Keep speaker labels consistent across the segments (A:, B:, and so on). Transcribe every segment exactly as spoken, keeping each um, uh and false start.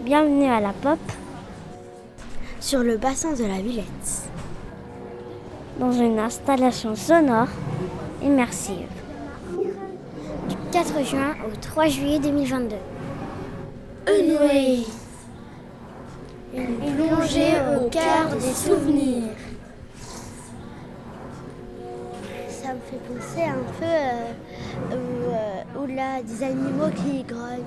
A: Bienvenue à la Pop,
B: sur le bassin de la Villette,
A: dans une installation sonore immersive.
C: Du quatre juin au trois juillet deux mille vingt-deux.
D: Unway, une plongée au cœur des souvenirs.
B: Ça me fait penser un peu euh, où, euh, où là, des animaux qui grognent.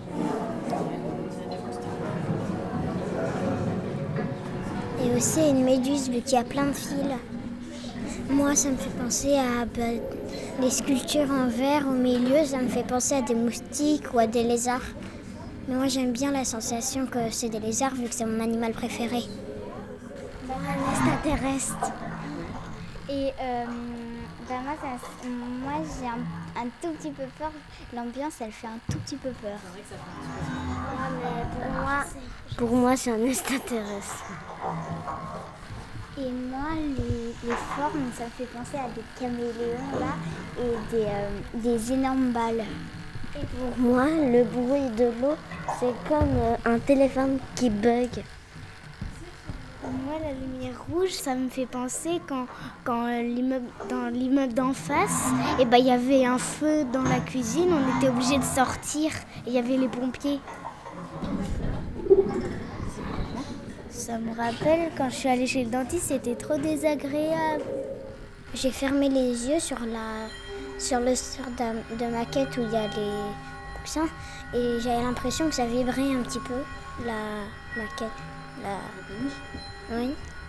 C: Et aussi une méduse vu qu'il y a plein de fils. Moi, ça me fait penser à bah, les sculptures en verre au milieu. Ça me fait penser à des moustiques ou à des lézards. Mais moi, j'aime bien la sensation que c'est des lézards vu que c'est mon animal préféré.
B: Un extraterrestre.
E: Et euh, bah moi, ça, moi, j'ai un, un tout petit peu peur. L'ambiance, elle fait un tout petit peu peur.
C: Ah, mais pour moi,
B: Pour moi, c'est un extraterrestre.
E: Et moi, les, les formes, ça me fait penser à des caméléons là et des, euh, des énormes balles.
B: Et pour moi, le bruit de l'eau, c'est comme euh, un téléphone qui bug.
F: Moi, la lumière rouge, ça me fait penser quand, quand euh, l'immeuble, dans l'immeuble d'en face, et ben, il y avait un feu dans la cuisine, on était obligé de sortir et il y avait les pompiers. Ça me rappelle quand je suis allée chez le dentiste, c'était trop désagréable.
C: j'ai fermé les yeux sur, la, sur le sur de, de ma quête où il y a les coussins et j'avais l'impression que ça vibrait un petit peu, la maquette. La... Oui.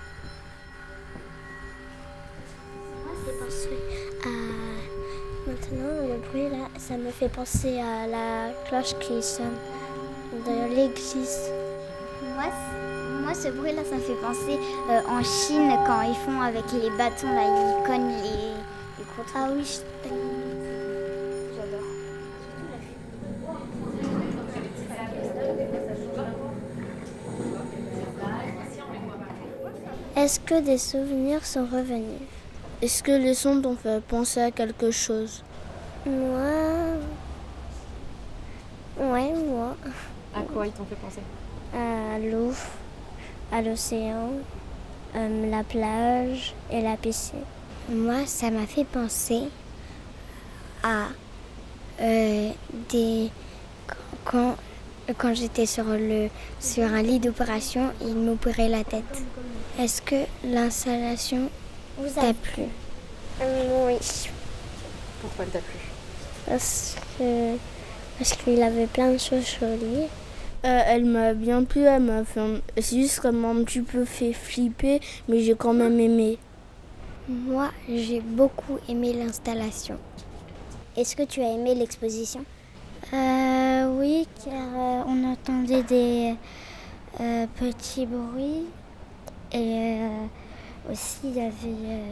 B: Moi, c'est pensé à... Maintenant, le bruit, là, ça me fait penser à la cloche qui sonne de l'église.
E: Moi, moi, ce bruit-là, ça me fait penser euh, en Chine quand ils font avec les bâtons, là, ils cognent les, les croûtes.
B: Ah oui,
E: J'adore.
B: Est-ce que des souvenirs sont revenus?
F: Est-ce que les sons t'ont fait penser à quelque chose?
B: Moi... Ouais, moi.
G: À quoi ils t'ont fait penser?
B: À l'eau, à l'océan, euh, la plage et la piscine.
C: Moi, ça m'a fait penser à euh, des quand, quand j'étais sur, le, sur un lit d'opération, ils m'opéraient la tête. Est-ce que l'installation vous a plu?
B: Euh, oui,
G: Pourquoi elle t'a plu?
B: parce que parce qu'il avait plein de choses jolies.
F: Euh, elle m'a bien plu, elle m'a fait un... C'est juste qu'elle m'a un petit peu fait flipper, mais j'ai quand même aimé.
C: Moi, j'ai beaucoup aimé l'installation. Est-ce que tu as aimé l'exposition?
E: Euh, oui, car euh, on entendait des euh, petits bruits et euh, aussi il y avait euh,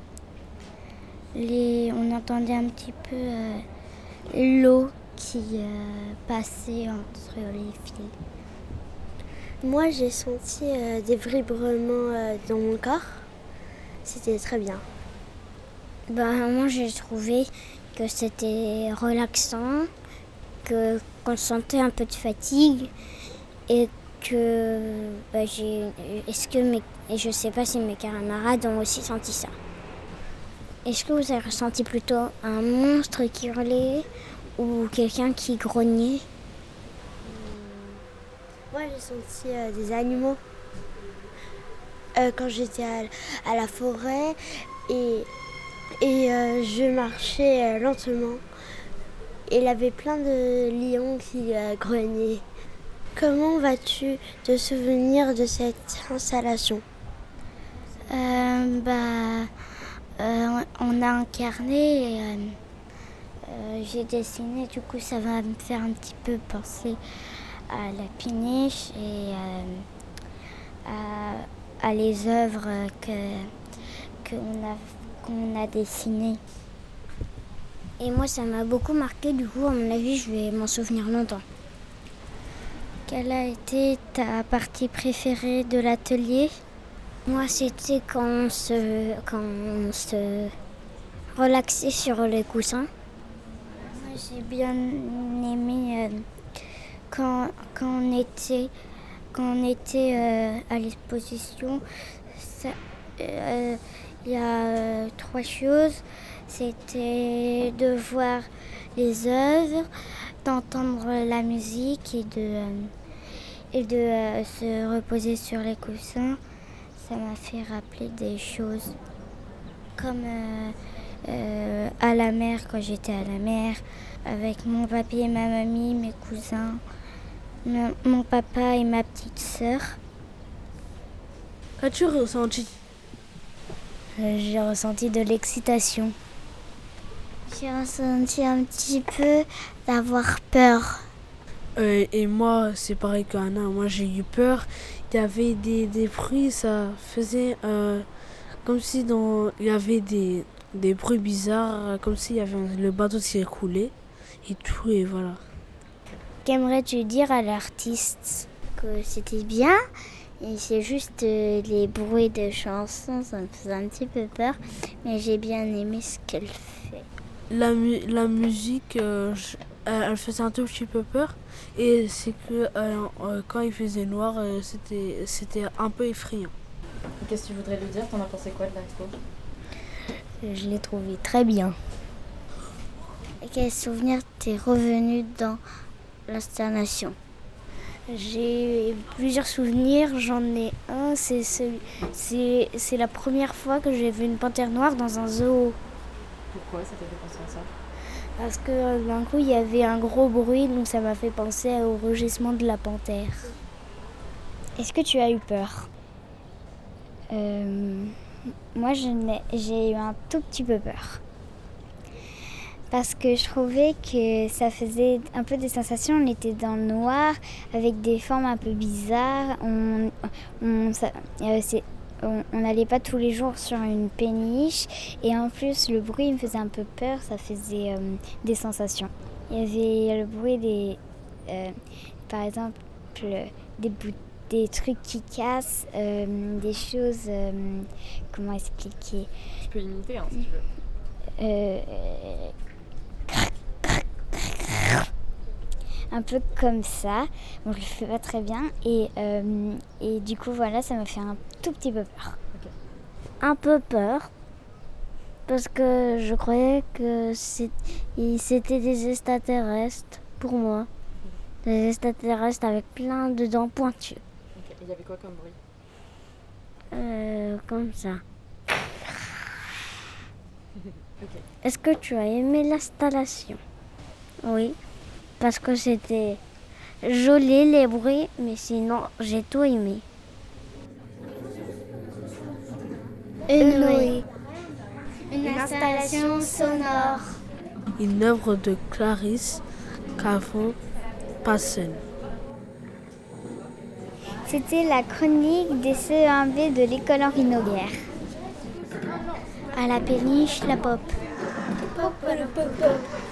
E: les, on entendait un petit peu euh, l'eau qui euh, passait entre les fils.
B: Moi, j'ai senti euh, des vibrements euh, dans mon corps. C'était très bien.
C: Ben, moi, j'ai trouvé que c'était relaxant, que qu'on sentait un peu de fatigue et que ben, j'ai. Est-ce que mes, et je sais pas si mes camarades ont aussi senti ça. Est-ce que vous avez ressenti plutôt un monstre qui hurlait ou quelqu'un qui grognait?
B: Moi, j'ai senti euh, des animaux euh, quand j'étais à, à la forêt et, et euh, je marchais euh, lentement. Et il y avait plein de lions qui euh, grognaient. Comment vas-tu te souvenir de cette installation?
E: Euh, bah, euh, on a un carnet et euh, euh, j'ai dessiné, du coup ça va me faire un petit peu penser à la péniche et euh, à, à les œuvres que, qu'on a, qu'on a dessinées.
C: Et moi, ça m'a beaucoup marqué, du coup, à mon avis, je vais m'en souvenir longtemps.
E: Quelle a été ta partie préférée de l'atelier?
C: Moi, c'était quand on se, quand on se relaxait sur les coussins.
E: Moi, j'ai bien aimé euh,
C: quand, quand on était, quand on était euh, à l'exposition, il euh, y a euh, trois choses. C'était de voir les œuvres, d'entendre la musique et de, euh, et de euh, se reposer sur les coussins. Ça m'a fait rappeler des choses comme euh, euh, à la mer, quand j'étais à la mer, avec mon papy et ma mamie, mes cousins, mon, mon papa et ma petite sœur.
H: Qu'as-tu ressenti?
F: euh, J'ai ressenti de l'excitation.
E: J'ai ressenti un petit peu d'avoir peur.
H: Euh, et moi, c'est pareil qu'Anna. Moi, j'ai eu peur. Il y avait des, des bruits, ça faisait euh, comme si dans, il y avait des, des bruits bizarres, comme s'il y avait le bateau qui s'écoulait et tout, et voilà.
F: Qu'aimerais-tu dire à l'artiste?
C: Que c'était bien, et c'est juste euh, les bruits de chansons, ça me faisait un petit peu peur, mais j'ai bien aimé ce qu'elle fait.
H: La, mu- la musique, euh, je- elle, elle faisait un tout petit peu peur, et c'est que euh, euh, quand il faisait noir, euh, c'était, c'était un peu effrayant.
G: Qu'est-ce que tu voudrais lui dire? T'en as pensé quoi de l'expo?
F: Je l'ai trouvé très bien.
C: Quel souvenir t'es revenu dans l'installation?
F: J'ai plusieurs souvenirs, j'en ai un, c'est, celui, c'est, c'est la première fois que j'ai vu une panthère noire dans un zoo.
G: Pourquoi ça t'a fait penser à ça?
F: Parce que d'un coup il y avait un gros bruit, donc ça m'a fait penser au rugissement de la panthère. Est-ce que tu as eu peur?
C: euh, Moi je n'ai, j'ai eu un tout petit peu peur. Parce que je trouvais que ça faisait un peu des sensations. On était dans le noir, avec des formes un peu bizarres. On on, ça, euh, c'est, on, on n'allait pas tous les jours sur une péniche. Et en plus, le bruit me faisait un peu peur. Ça faisait euh, des sensations. Il y avait le bruit des... Euh, par exemple, des, bouts, des trucs qui cassent, euh, des choses... Euh, comment expliquer?
G: Tu peux imiter hein, si tu veux.
C: Euh, un peu comme ça, donc je le fais pas très bien et, euh, et du coup voilà, ça m'a fait un tout petit peu peur.
G: Okay.
A: Un peu peur parce que je croyais que c'est, c'était des extraterrestres pour moi, des extraterrestres avec plein de dents pointues.
G: Okay. Il y avait quoi comme bruit?
A: Euh, comme ça.
G: Okay.
A: Est-ce que tu as aimé l'installation? Oui, parce que c'était joli les bruits, mais sinon j'ai tout aimé.
D: Une, Une installation sonore.
H: Une œuvre de Clarisse Cavon-Passen.
C: C'était la chronique des C E un B de l'école Henri Noguer. À la péniche, la pop.
D: Pop, pop, pop, pop.